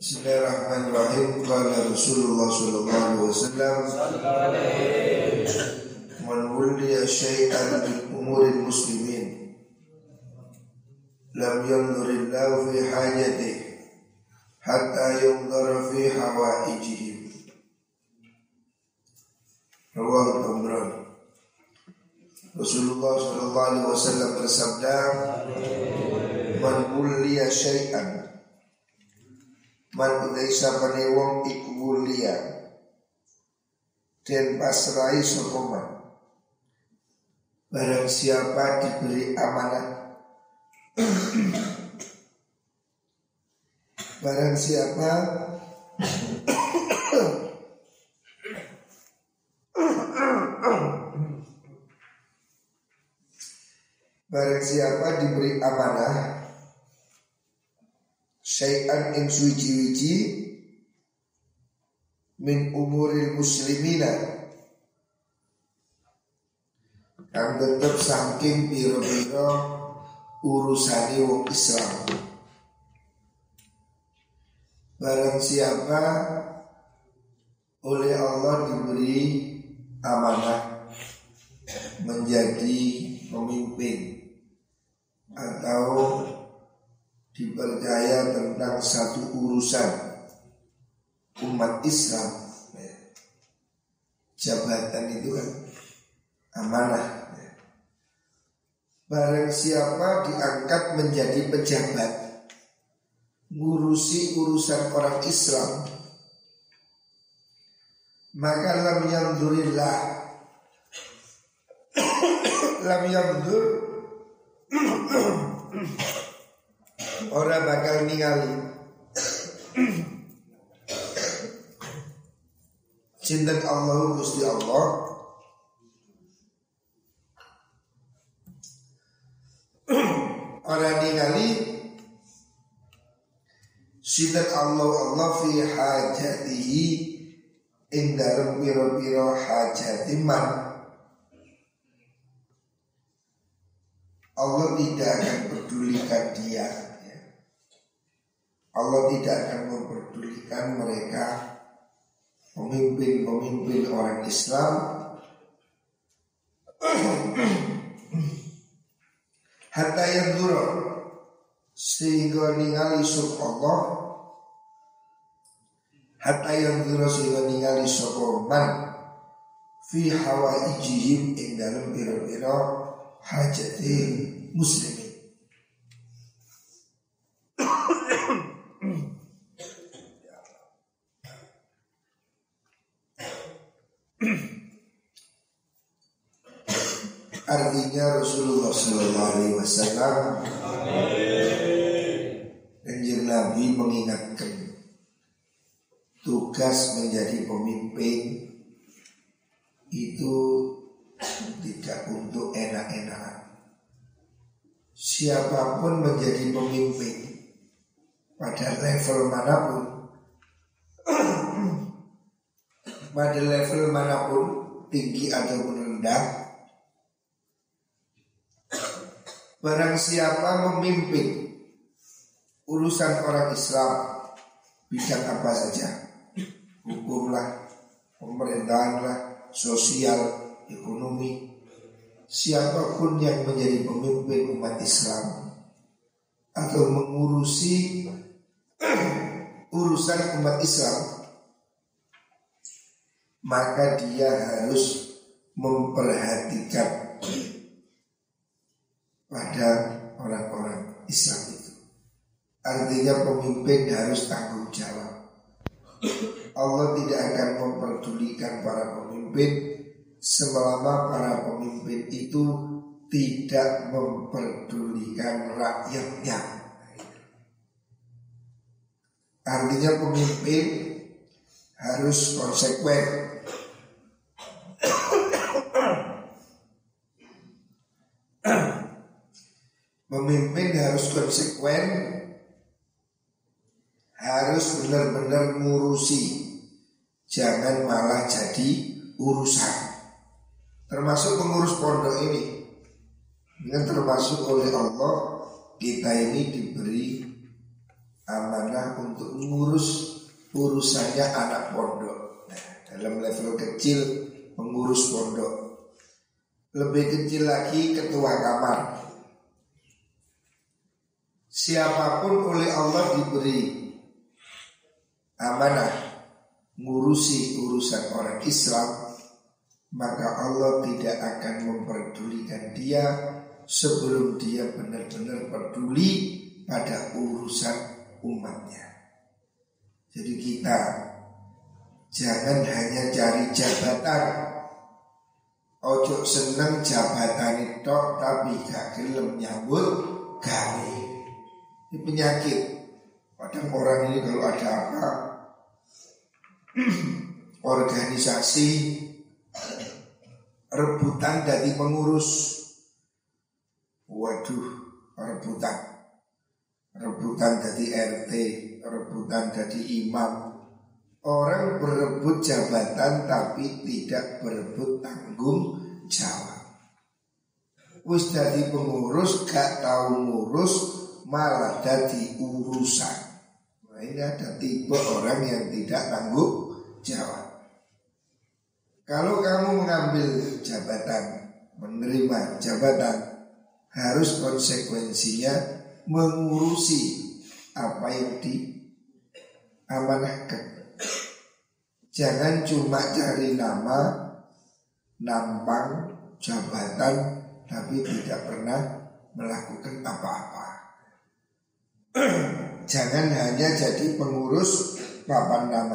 Bismillahirrahmanirrahim. Qala Rasulullah sallallahu alaihi wasallam, man wulliya syai'an min umuril muslimin lam yanzurillahu fi hajatihi hatta yunzara fi hawaijihim. Rawahu Tabrani. Rasulullah sallallahu alaihi wasallam bersabda, man wulliya syai'an, man utai sapane wong iku mulia dan pasrai sokoman. Barang siapa diberi amanah, barang siapa barang siapa diberi amanah syai'an ing suci-wici min umuril muslimina, kang tetep saking pira-pira urusane wong Islam. Barang siapa oleh Allah diberi amanah menjadi pemimpin atau dipercaya tentang satu urusan umat Islam, jabatan itu kan amanah. Barang siapa diangkat menjadi pejabat ngurusi urusan orang Islam, maka lam yanzurillah, lam yanzur, orang bakal ningali sinten Allah Gusti Allah orang ningali sinten Allah fi hajatihi ing dalem pira-pira hajatiman. Allah tidak akan pedulikan dia, Allah tidak akan memperdulikan mereka pemimpin-pemimpin orang Islam hatta yanzura, sehingga ningali sub Allah, hatta yanzura sehingga ningali sapa man fi hawaijihim ing dalem pira-pira hajatil muslimin. Artinya Rasulullah sallallahu alaihi wasallam Kanjeng Nabi mengingatkan tugas menjadi pemimpin itu tidak untuk enak-enakan. Siapapun menjadi pemimpin pada level manapun, pada level manapun, tinggi ataupun rendah, barang siapa memimpin urusan orang Islam, bidang apa saja, hukum lah, pemerintahan lah, sosial, ekonomi, siapapun yang menjadi pemimpin umat Islam atau mengurusi urusan umat Islam, maka dia harus memperhatikan pada orang-orang Islam itu. Artinya pemimpin harus tanggung jawab. Allah tidak akan memperdulikan para pemimpin selama para pemimpin itu tidak memperdulikan rakyatnya. Artinya pemimpin harus konsekuen. Pemimpin harus konsekuen, harus benar-benar ngurusi, jangan malah jadi urusan. Termasuk pengurus pondok ini, dengan termasuk oleh Allah kita ini diberi amanah untuk mengurus urusannya anak pondok. Nah, dalam level kecil pengurus pondok, lebih kecil lagi ketua kamar. Siapapun oleh Allah diberi amanah ngurusi urusan orang Islam, maka Allah tidak akan memperdulikan dia sebelum dia benar-benar peduli pada urusan umatnya. Jadi kita jangan hanya cari jabatan, ojo seneng jabatan itu tapi gak gelem nyambut gawe. Ini penyakit. Kadang orang ini kalau ada apa organisasi rebutan dari pengurus, waduh, rebutan dari RT, rebutan dari imam. Orang berebut jabatan tapi tidak berebut tanggung jawab. Wis dari pengurus gak tahu ngurus, malah jadi urusan. Nah, ini ada tipe orang yang tidak tanggung jawab. Kalau kamu mengambil jabatan, menerima jabatan, harus konsekuensinya mengurusi apa yang diamanahkan. Jangan cuma cari nama, nampang jabatan, tapi tidak pernah melakukan apa-apa. Jangan hanya jadi pengurus papan nama.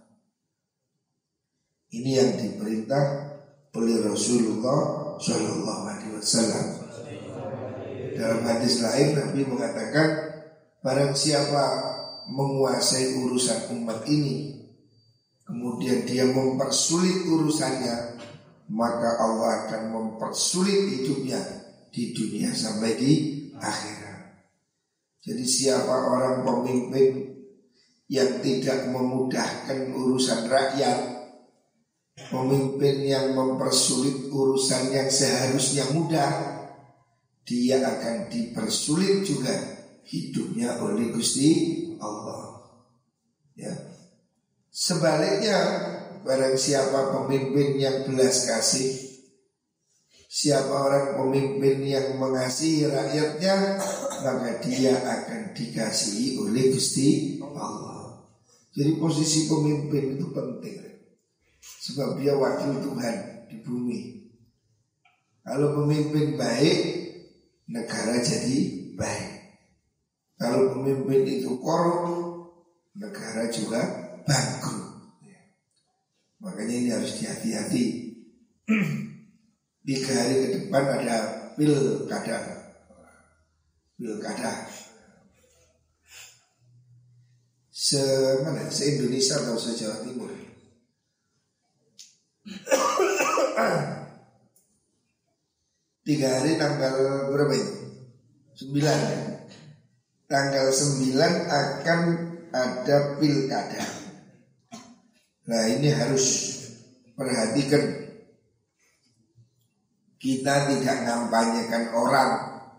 Ini yang diperintah oleh Rasulullah Shallallahu Alaihi Wasallam. Dalam hadis lain Nabi mengatakan, barang siapa menguasai urusan umat ini, kemudian dia mempersulit urusannya, maka Allah akan mempersulit hidupnya di dunia sampai di akhirat. Jadi siapa orang pemimpin yang tidak memudahkan urusan rakyat, pemimpin yang mempersulit urusan yang seharusnya mudah, dia akan dipersulit juga hidupnya oleh Gusti Allah. Ya. Sebaliknya, barang siapa pemimpin yang belas kasih, siapa orang pemimpin yang mengasihi rakyatnya, maka dia akan dikasihi oleh Gusti Allah. Jadi posisi pemimpin itu penting, sebab dia wakil Tuhan di bumi. Kalau pemimpin baik, negara jadi baik. Kalau pemimpin itu korup, negara juga bangkrut. Makanya ini harus hati-hati. 3 hari ke depan ada pilkada. Se-Indonesia atau se-Jawa Timur. Tiga hari tanggal berapa itu? 9. Tanggal 9 akan ada pilkada. Nah ini harus perhatikan. Kita tidak ngampanyekan orang,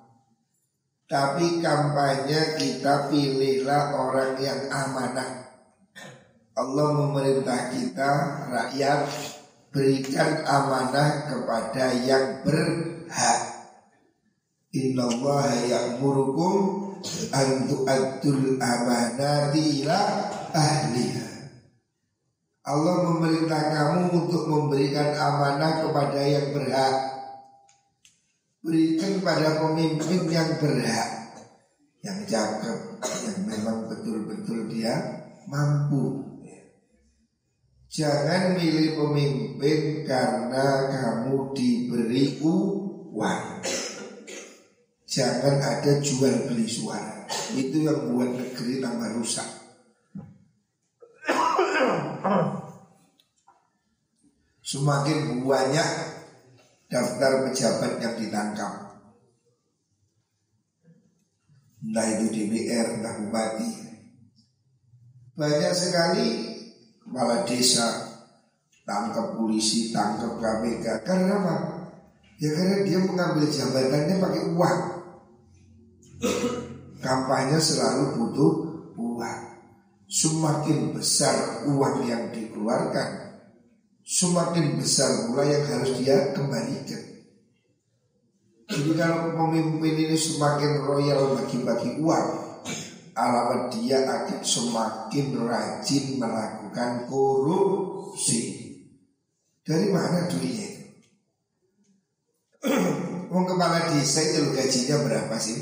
tapi kampanye kita pilihlah orang yang amanah. Allah memerintah kita, rakyat, berikan amanah kepada yang berhak. Innallaha ya'murukum an tu'addul amanati ila ahliha. Allah memerintah kamu untuk memberikan amanah kepada yang berhak. Berikan pada pemimpin yang berhak, yang cakep, yang memang betul-betul dia mampu. Jangan milih pemimpin karena kamu diberi uang. Jangan ada jual beli suara. Itu yang buat negeri tambah rusak. Semakin banyak daftar pejabat yang ditangkap, entah itu DPR, entah bupati, banyak sekali kepala desa tangkap polisi, tangkap KPK. Karena apa? Ya karena dia mengambil jabatannya pakai uang. Kampanye selalu butuh semakin besar uang yang dikeluarkan, semakin besar pula yang harus dia kembalikan. Jadi kalau pemimpin ini semakin royal bagi-bagi uang, alamat dia akan semakin rajin melakukan korupsi. Dari mana duitnya itu? Wong kepala desa itu gajinya berapa sih?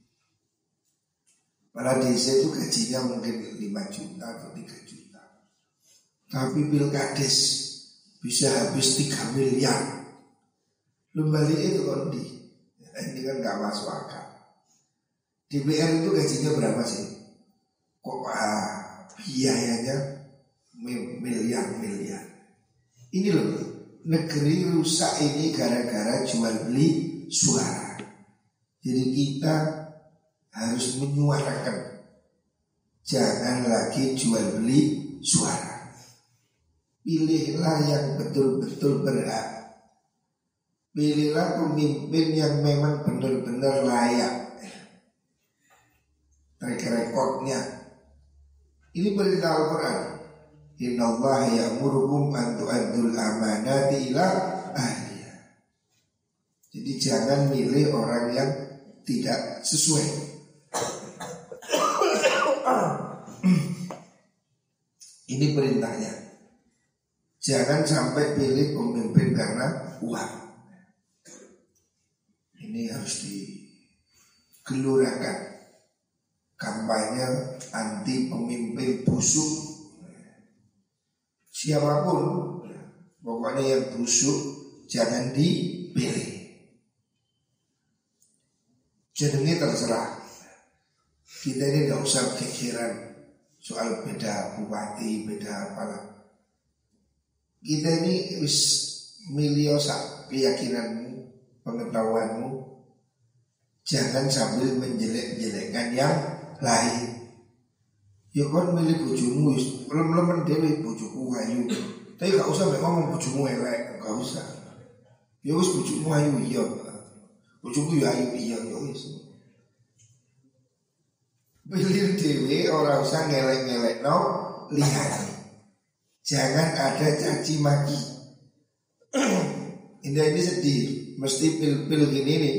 Kepala desa itu gajinya mungkin 5 juta atau 3 juta. Tapi pilkades bisa habis 3 miliar. Lembali itu kondi. Ini kan gak masuk akal. DPR itu gajinya berapa sih? Kok biayanya miliar-miliar. Ini loh, negeri rusak ini gara-gara jual beli suara. Jadi kita harus menyuarakan, jangan lagi jual beli suara. Pilihlah yang betul-betul berhak. Pilihlah pemimpin yang memang benar-benar layak. Track recordnya. Ini perintah Al-Quran. Innallaha ya'murukum an tu'addul amanati ila ahliha. Jadi jangan milih orang yang tidak sesuai. Ini perintahnya. Jangan sampai pilih pemimpin karena uang. Ini harus digelurakan. Kampanye anti pemimpin busuk. Siapapun, pokoknya yang busuk jangan dipilih. Jenenge terserah. Kita ini gak usah pikiran soal beda bupati, beda apalah. Kita ini wis miliosa keyakinanmu, pengetahuanmu. Jangan sambil menjelek-jelekkan yang lain. Ya kan milih bojomu wis lem-lemen dhewe bojoku ayu. Tapi gak usah ngomong bojomu elek, gak usah. Ya wis bojomu ayu iya. Bojoku ya ayu iya ya wis. Pilih dhewe ora usah ngelek-ngelekno liyane. Jangan ada caci maki. Ini sedih, mesti pil-pil gini nih.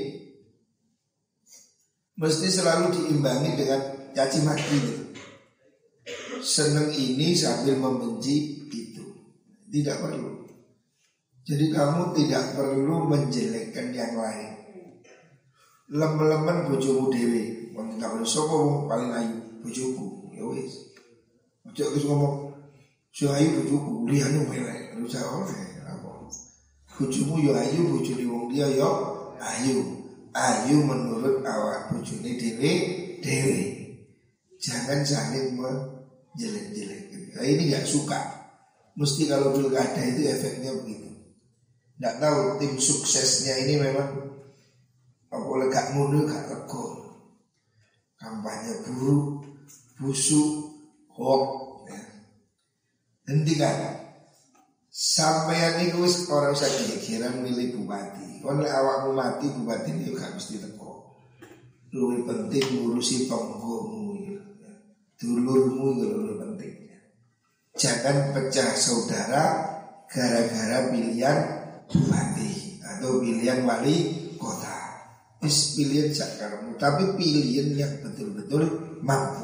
Mesti selalu diimbangi dengan caci maki gitu. Seneng ini sambil membenci itu. Tidak perlu. Jadi kamu tidak perlu menjelekkan yang lain. Lem-lemen bojomu dhewe. Wong tak perlu sapa wong paling ayu bojoku. Ya wis. Ojo wis ngomong si ayu bojoku, liyane elek. Ora usah oleh apa. Bojomu yo ayu, bojone wong dia yo ayu. Ayu menurut awak bojone dhewe. Jangan saling jelek-jelek. Nah, ini gak suka. Mesti kalau pilkada itu efeknya begitu. Gak tahu tim suksesnya ini memang apa gak ngono gak lego. Kampanye buruk, busuk, hoax. Ya. Hentikan. Sampeyan niku wis ora usah kira milih bupati. Kon lek awakmu mati bupati ini gak mesti teko. Luwih penting ngurusi tonggomu. Dulurmu itu lebih penting. Jangan pecah saudara gara-gara pilihan bupati atau pilihan wali kota. Pilihan sakarmu, tapi pilihan yang betul-betul mampu.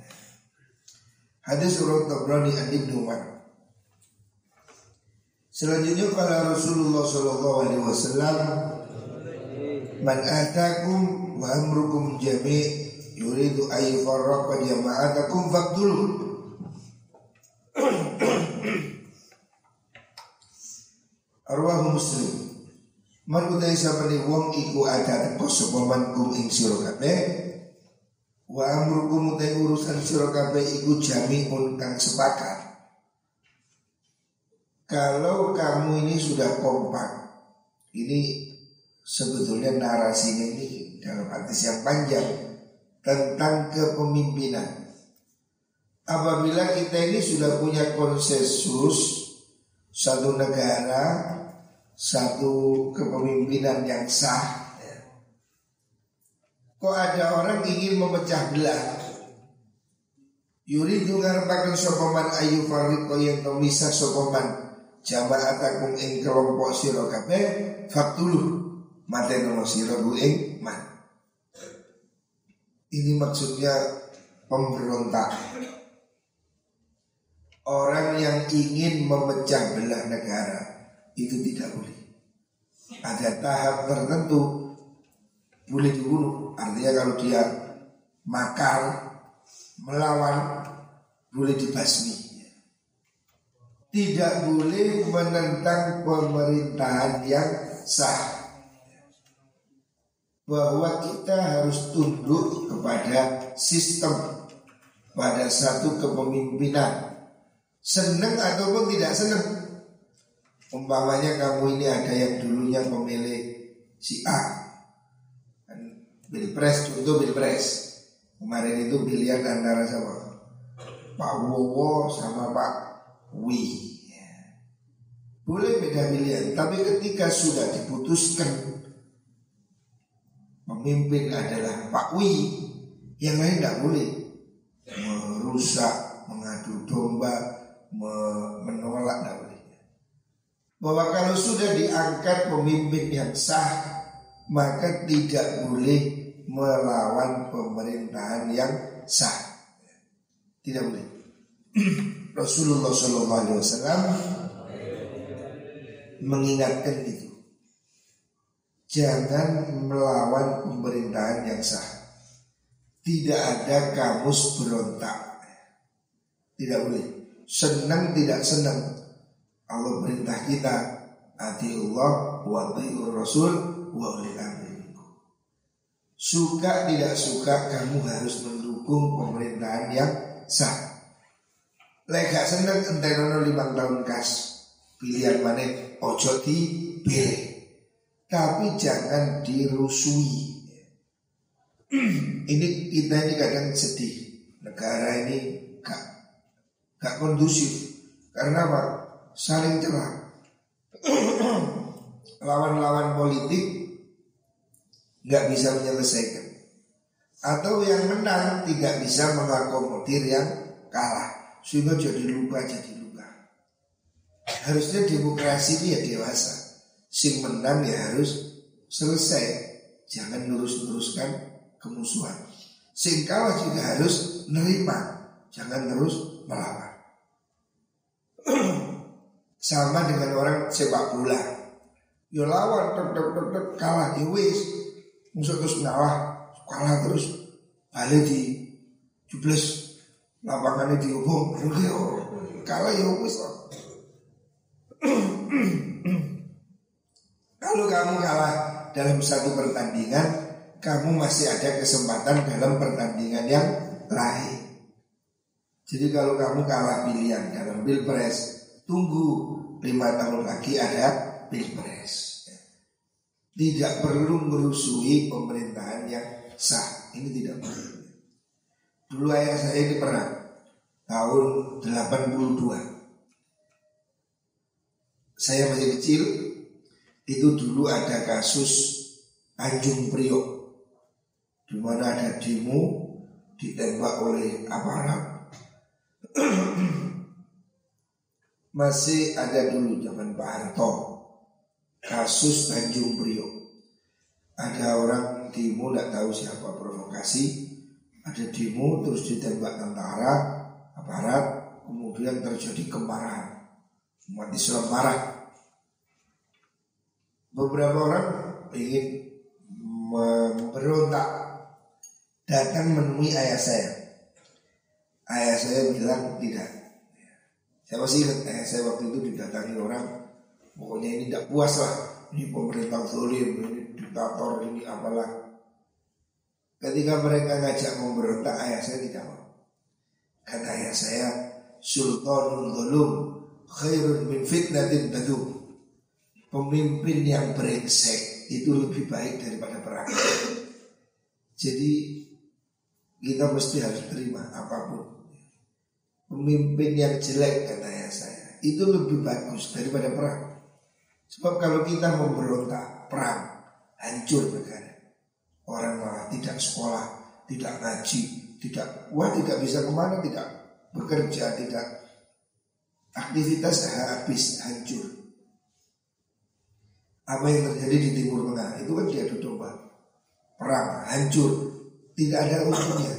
Hadis surah Tabrani an Ibnu Umar. Selanjutnya kala Rasulullah sallallahu alaihi wasallam, man atakum wa amrukum jami' yuridu ayyufarraqa jama'atakum faqtulu. Arwah Muslim. Man utai sapane wong iku ada teko sapa man kum ing sira kabeh. Wa amrukum utai urusan sira kabeh iku jami'un kang sepakat. Kalau kamu ini sudah kompak, ini sebetulnya narasinya ini dalam hadis yang panjang tentang kepemimpinan. Apabila kita ini sudah punya konsensus satu negara, satu kepemimpinan yang sah, kok ada orang ingin memecah belah? Yuridu ngarepaken sapa man ayu fariqo yen to misah sapa man jama'atakum ing kelompok sira kabeh faktuluh matenono sira ing man. Ini maksudnya pemberontak. Orang yang ingin memecah belah negara itu tidak boleh. Ada tahap tertentu boleh dibunuh. Artinya kalau dia makar melawan boleh dibasmi. Tidak boleh menentang pemerintahan yang sah. Bahwa kita harus tunduk kepada sistem, pada satu kepemimpinan, senang ataupun tidak senang. Umpamanya kamu ini ada yang dulunya pemilih si A, Pilpres, contoh Pilpres kemarin itu pilihan antara siapa? Pak Wowo sama Pak Wi. Boleh beda pilihan, tapi ketika sudah diputuskan pemimpin adalah Pak Wi, yang lain tidak boleh merusak, mengadu domba, menolak, tidak boleh. Bahwa kalau sudah diangkat pemimpin yang sah, maka tidak boleh melawan pemerintahan yang sah. Tidak boleh. Rasulullah SAW mengingatkan itu. Jangan melawan pemerintahan yang sah. Tidak ada kamus berontak. Tidak boleh. Senang tidak senang, Allah perintah kita atiullah wa atiur rasul wa ulil amri minkum. Suka tidak suka kamu harus mendukung pemerintahan yang sah. Lek gak seneng entenono 5 tahun kas pilihan mana ojo dipilih. Tapi jangan dirusui. Ini kita ini kadang sedih. Negara ini gak kondusif. Karena apa? Saling celah. Lawan-lawan politik gak bisa menyelesaikan. Atau yang menang tidak bisa mengakomodir yang kalah. Sehingga jadi luka. Harusnya demokrasi ini ya dewasa. Sing menang ya harus selesai. Jangan teruskan kemusuhan. Sing kalah juga harus nerima. Jangan terus melawan. Sama dengan orang sepak bola. Yo lawan tek kalah ya wis. Musuh terus kalah terus balik di jubles lapangannya dihubung. Kalah ya wis. Kalau kamu kalah dalam satu pertandingan, kamu masih ada kesempatan dalam pertandingan yang lain. Jadi kalau kamu kalah pilihan dalam Pilpres, tunggu 5 tahun lagi ada Pilpres. Tidak perlu merusui pemerintahan yang sah. Ini tidak perlu. Dulu ayah saya ini pernah tahun 82. Saya masih kecil. Itu dulu ada kasus Tanjung Priok, di mana ada demo ditembak oleh aparat. Masih ada dulu zaman Pak Harto kasus Tanjung Priok. Ada orang demo tidak tahu siapa provokasi, ada demo terus ditembak tentara, aparat, kemudian terjadi kemarahan. Umat Islam marah. Beberapa orang ingin memberontak, datang menemui ayah saya. Ayah saya bilang tidak. Saya masih ingat ayah saya waktu itu didatangi orang, pokoknya ini tidak puas lah, ini pemerintah zalim, ini diktator, ini apalah. Ketika mereka ngajak memberontak, ayah saya tidak mau. Kata ayah saya, sultanul zulum khairun min fitnatin tadum. Pemimpin yang brengsek itu lebih baik daripada perang. Jadi kita mesti harus terima apapun. Pemimpin yang jelek kata saya itu lebih bagus daripada perang. Sebab kalau kita memberontak, perang, hancur negara. Orang malah tidak sekolah, tidak ngaji, tidak bisa kemana, tidak bekerja, tidak aktivitas habis, hancur. Apa yang terjadi di Timur Tengah itu kan diadu domba, perang, hancur, tidak ada untungnya.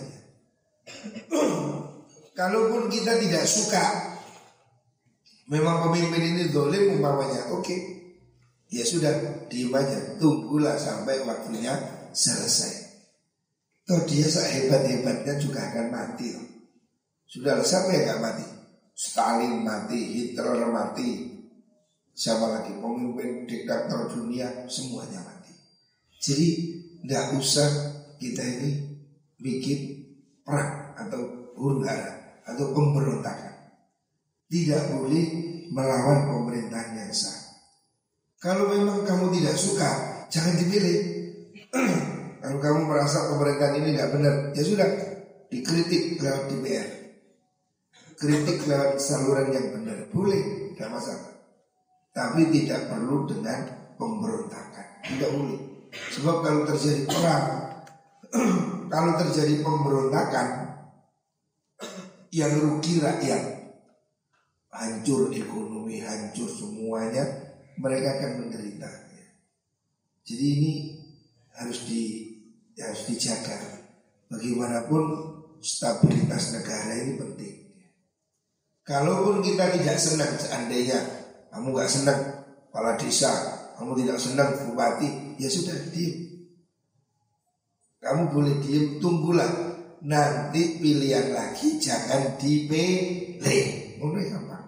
Kalaupun kita tidak suka, memang pemimpin ini zalim umpamanya, oke, ya sudah, diam aja, tunggulah sampai waktunya selesai. Toh dia sehebat-hebatnya juga akan mati loh. Sudahlah, siapa yang gak mati? Stalin mati, Hitler mati, siapa lagi pemimpin diktator dunia, semuanya mati. Jadi tidak usah kita ini bikin perang atau huru hara atau pemberontakan. Tidak boleh melawan pemerintahan yang sah. Kalau memang kamu tidak suka, jangan dipilih. Kalau kamu merasa pemerintahan ini tidak benar, ya sudah, dikritik lewat DPR, kritik lewat saluran yang benar, boleh, tidak masalah. Tapi tidak perlu dengan pemberontakan, tidak boleh. Sebab kalau terjadi perang, kalau terjadi pemberontakan, yang rugi rakyat, hancur ekonomi, hancur semuanya, mereka akan menderita. Jadi ini harus dijaga. Bagaimanapun stabilitas negara ini penting. Kalaupun kita tidak senang, seandainya kamu gak senang kepala desa, kamu tidak senang bupati, ya sudah, diam. Kamu boleh diam, tunggulah nanti pilihan lagi, jangan dipilih. Mulai gampang.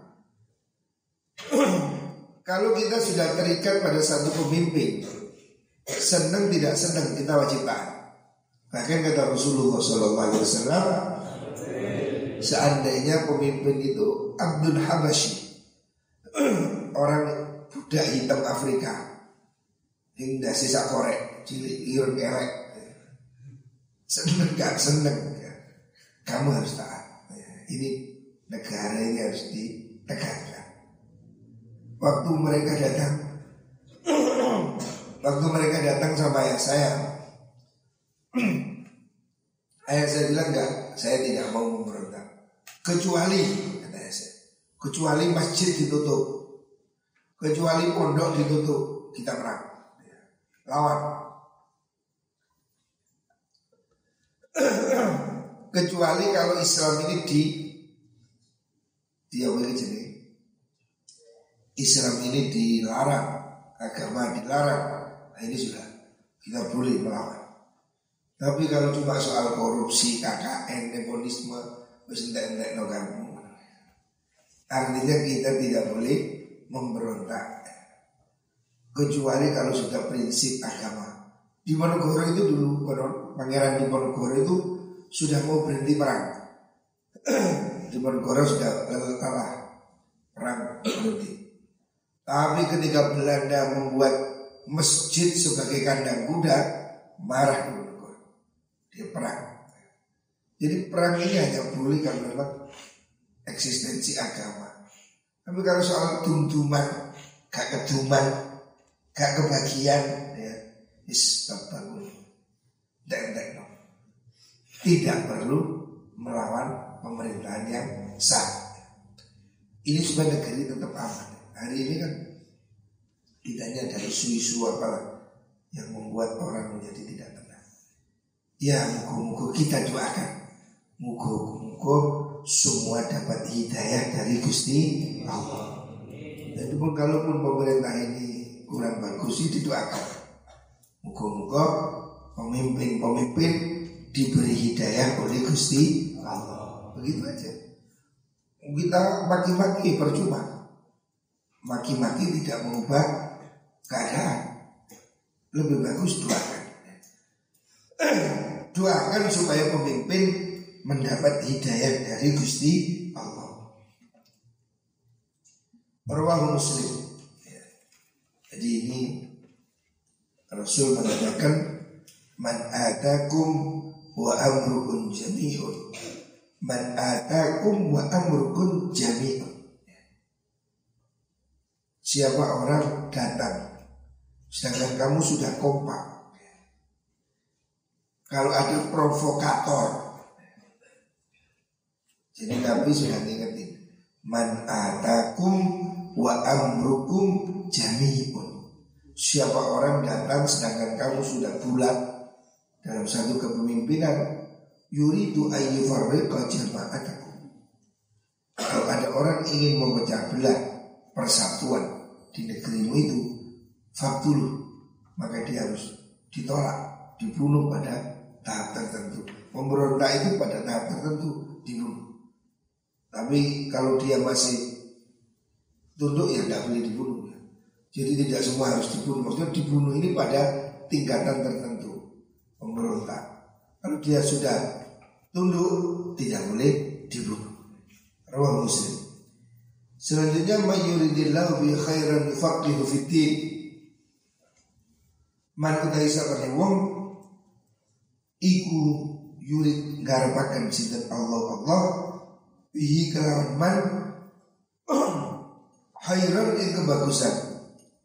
Kalau kita sudah terikat pada satu pemimpin, senang tidak senang kita wajib taat. Bahkan kata Rasulullah SAW, seandainya pemimpin itu Abdul Habashi, orang budak hitam Afrika, hingga sisa korek, cilik, irun, kelek, senang gak senang, kamu harus taat. Ini negara ini harus ditegakkan. Waktu mereka datang sama ayah saya bilang enggak, saya tidak mau memberontak. Kecuali, kata saya, kecuali masjid ditutup, kecuali pondok ditutup, kita perang, lawan. Kecuali kalau Islam ini Islam ini dilarang, agama dilarang, nah ini sudah kita boleh melawan. Tapi kalau cuma soal korupsi, KKN, nepotisme, entek-entek no kamu, artinya kita tidak boleh memberontak. Kecuali kalau sudah prinsip agama. Diponegoro itu dulu, Pangeran Diponegoro itu sudah mau berhenti perang. Diponegoro sudah kalah, perang berhenti. Tapi ketika Belanda membuat masjid sebagai kandang kuda, marah Diponegoro. Dia perang. Jadi perang ini hanya boleh kalau memang eksistensi agama. Tapi kalau soal dum-duman, gak keduman, gak kebagian, ya, bangun. Tidak perlu melawan pemerintahan yang sah. Ini supaya negeri tetap aman. Hari ini kan tidaknya ada isu-isu apalah yang membuat orang menjadi tidak tenang. Ya, muka-muka kita doakan, muka-muka semua dapat hidayah dari Gusti Allah. Jadi pun kalaupun pemerintah ini kurang bagus, itu didoakan. Muka-muka pemimpin-pemimpin diberi hidayah oleh Gusti Allah. Begitu aja. Kita maki-maki percuma. Maki-maki tidak mengubah keadaan. Lebih bagus doakan. Doakan supaya pemimpin mendapat hidayah dari Gusti Allah. Rawahu Muslim. Jadi ini Rasul mengatakan, man atakum wa amrukum jami'un. Man atakum wa amrukum jami'un. Siapa orang datang sedangkan kamu sudah kompak, kalau ada provokator Jadi Nabi sudah ngingetin, man atakum wa amrukum jami'un. Siapa orang datang sedangkan kamu sudah bulat dalam satu kepemimpinan, yuridu ayyufarriqa jama'atakum. Kalau ada orang ingin memecah belah persatuan di negerimu itu, faktuluh, maka dia harus ditolak, dibunuh pada tahap tertentu. Pemberontak itu pada tahap tertentu dibunuh. Tapi kalau dia masih tunduk ya tidak boleh dibunuh. Jadi tidak semua harus dibunuh. Maksudnya dibunuh ini pada tingkatan tertentu pemberontak. Kalau dia sudah tunduk tidak boleh dibunuh. Rawah Muslim. Selanjutnya mayyuridillahu bi khairan yufaqihu fiddin. Man utai sapane wong iku yurid ngarepaken sinten Allah bihi kelawan man khairan ing kebagusan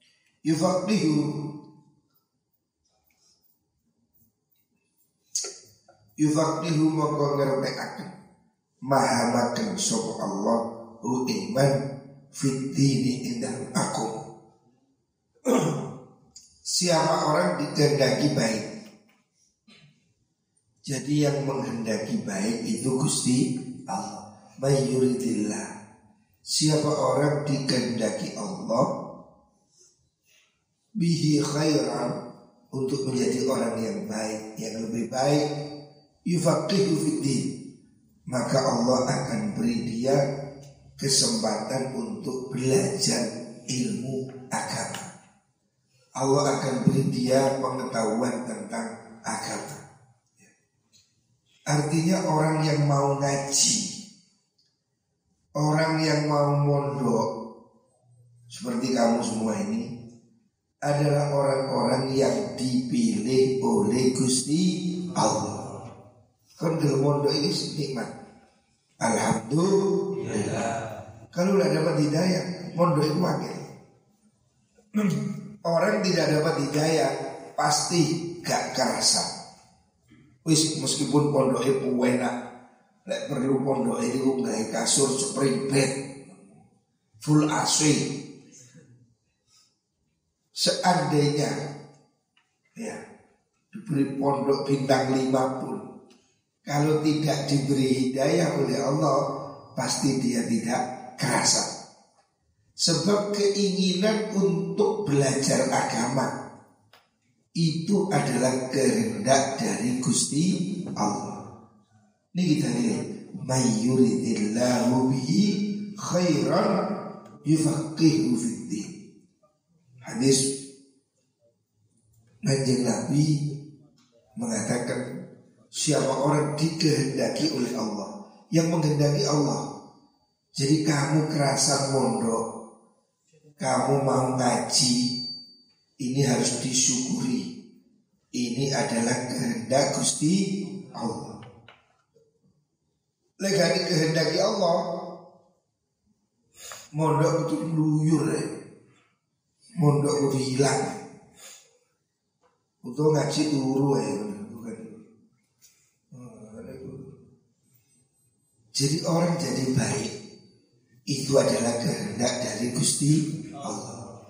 yufaqihu maka ngertekaken mahamaken sapa Allah iman fiddini indah aku. Siapa orang dikehendaki baik, jadi yang menghendaki baik itu Gusti Allah. Mayyuridillah, siapa orang dikehendaki Allah bihi khairan, untuk menjadi orang yang baik, yang lebih baik, yufaqihu fiddin, maka Allah akan beri dia kesempatan untuk belajar ilmu agama. Allah akan beri dia pengetahuan tentang agama. Artinya orang yang mau ngaji, orang yang mau mondok seperti kamu semua ini adalah orang-orang yang dipilih oleh Gusti Allah. Kan dalam mondok ini nikmat. Alhamdulillah. Kalau tidak dapat hidayah, mondok itu wakil. Orang tidak dapat hidayah pasti gak kerasa. Wis meskipun pondoknya enak, lek perlu pondok itu nggawe kasur spring bed full AC. Seandainya ya diberi pondok bintang 5 pun, kalau tidak diberi hidayah oleh Allah, pasti dia tidak kerasa. Sebab keinginan untuk belajar agama itu adalah kehendak dari Gusti Allah. Ini kita lihat, mayyuridillahu bihi khairan yufaqihu fiddin. Hadis Kanjeng Nabi mengatakan, siapa orang dikehendaki oleh Allah, yang menghendaki Allah. Jadi kamu kerasa mondok, kamu mau ngaji, ini harus disyukuri. Ini adalah kehendak Gusti Allah. Legani kehendaki Allah, mondok itu luyur, mondok itu hilang. Untuk ngaji turu bukan. Jadi orang jadi baik itu adalah kehendak dari Gusti Allah.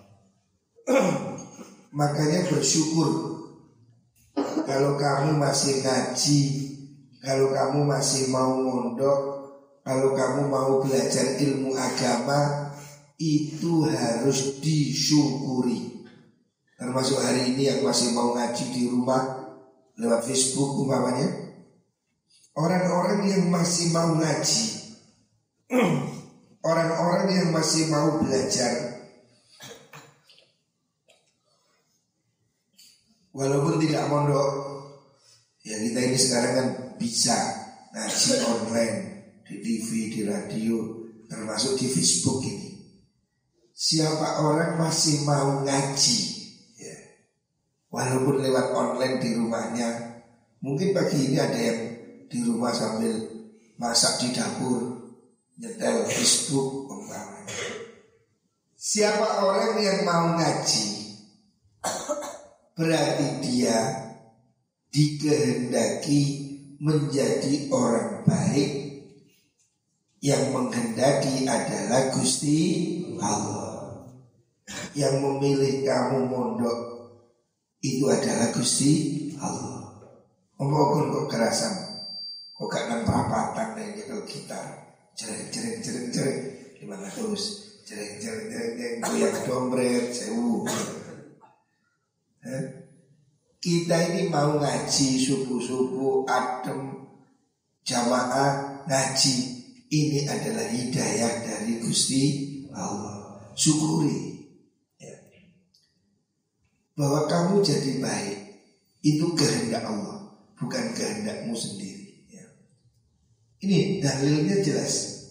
Makanya bersyukur kalau kamu masih ngaji, kalau kamu masih mau mondok, kalau kamu mau belajar ilmu agama, itu harus disyukuri. Termasuk hari ini yang masih mau ngaji di rumah lewat Facebook umpamanya, orang-orang yang masih mau ngaji, orang-orang yang masih mau belajar, walaupun tidak mondok, ya kita ini sekarang kan bisa ngaji online, di TV, di radio, termasuk di Facebook ini. Siapa orang masih mau ngaji, ya, walaupun lewat online di rumahnya, mungkin pagi ini ada yang di rumah sambil masak di dapur, nyetel Facebook umpamanya. Siapa orang yang mau ngaji, berarti dia dikehendaki menjadi orang baik Yang menghendaki adalah Gusti Allah. Yang memilih kamu mondok itu adalah Gusti Allah. Ngomong kok kerasan, kok gak nang perapatan nih kalau gitar, cereng 500, cereng goyang dompet 1000. Kita ini mau ngaji subuh adem jamaah ngaji, ini adalah hidayah dari Gusti Allah. Syukuri bahwa kamu jadi baik itu kehendak Allah, bukan kehendakmu sendiri. Ini dalilnya jelas.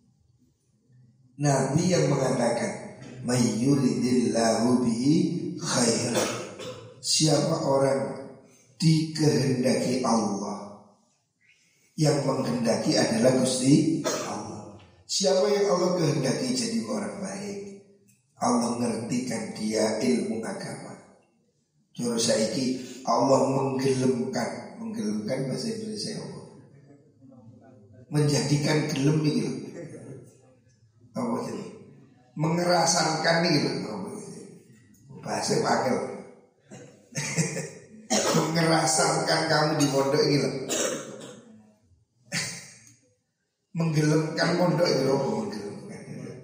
Nabi yang mengatakan mayyuridillahu bihi khairan, siapa orang dikehendaki Allah, yang menghendaki adalah Gusti Allah. Siapa yang Allah kehendaki jadi orang baik, Allah ngertikan dia ilmu agama. Juru saiki Allah menggelemkan bahasa Indonesia apa? Menjadikan gelem iki lho. Apa itu? Mengerasakan iki lho. Bahasa pakel. Mengerasakan kamu di pondok iki lho. Menggelemkan pondok itu lho, menggelemkan.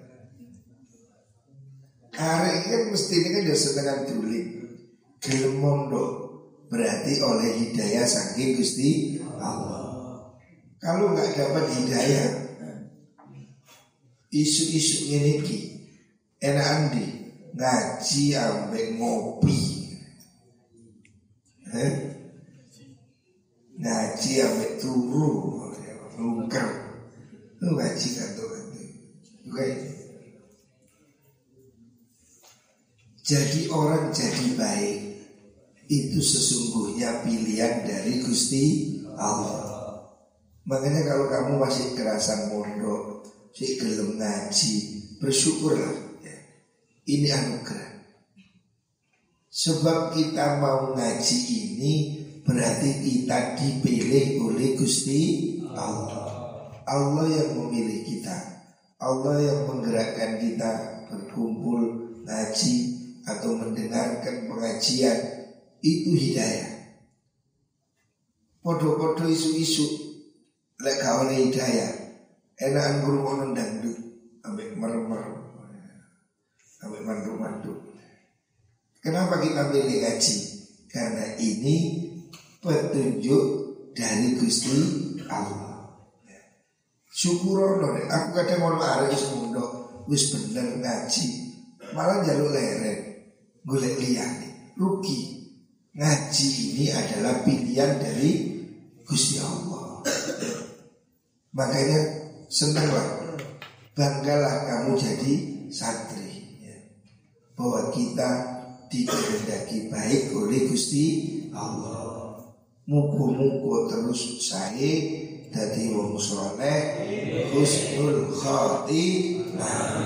Hari ini kan mesti ini kan setengah duling. Gelem mondok berarti oleh hidayah saking Gusti Allah. Kalau nggak dapat hidayah, isu-isu ini enak andi ngaji ambek ngopi, ngaji ambek turu, lungker, lu ngaji kantor-kantor, oke? Jadi orang jadi baik itu sesungguhnya pilihan dari Gusti Allah. Makanya kalau kamu masih kerasan mondok, si gelem ngaji, bersyukurlah ya. Ini anugerah. Sebab kita mau ngaji ini berarti kita dipilih oleh Gusti Allah. Allah yang memilih kita, Allah yang menggerakkan kita berkumpul ngaji atau mendengarkan pengajian. Itu hidayah. Podo-podo isu-isu lek gak oleh hidayah, enakan ngrungokno dangdut ambek merem-merem, ambek mandu-mandu. Kenapa kita pilih ngaji? Karena ini petunjuk dari Gusti Allah. Syukurono deh. Aku kadang mau arek wis mondok, wis bener ngaji, malah njaluk leren, golek liyane, rugi. Ngaji ini adalah pilihan dari Gusti Allah. Makanya senanglah, banggalah kamu jadi santri ya. Bahwa kita dikehendaki baik oleh Gusti Allah. Muga-muga terus saya dadi wong saleh, husnul khotimah.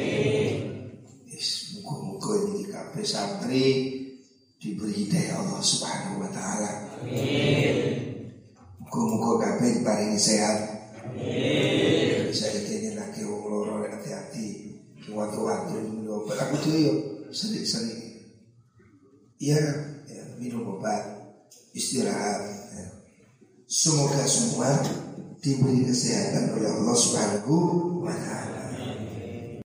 Muga-muga ini kabeh santri diberi hidayah Allah Subhanahu wa taala. Amin. Muga-muga kabeh diparingi sehat. Amin. Saya kene lagi wong loro hati-hati. Waktu-waktu minum obat aku dhewe yo sering-sering. Iya, ya, minum obat, istirahat. Ya. Semoga semua diberi kesehatan oleh Allah Subhanahu wa taala.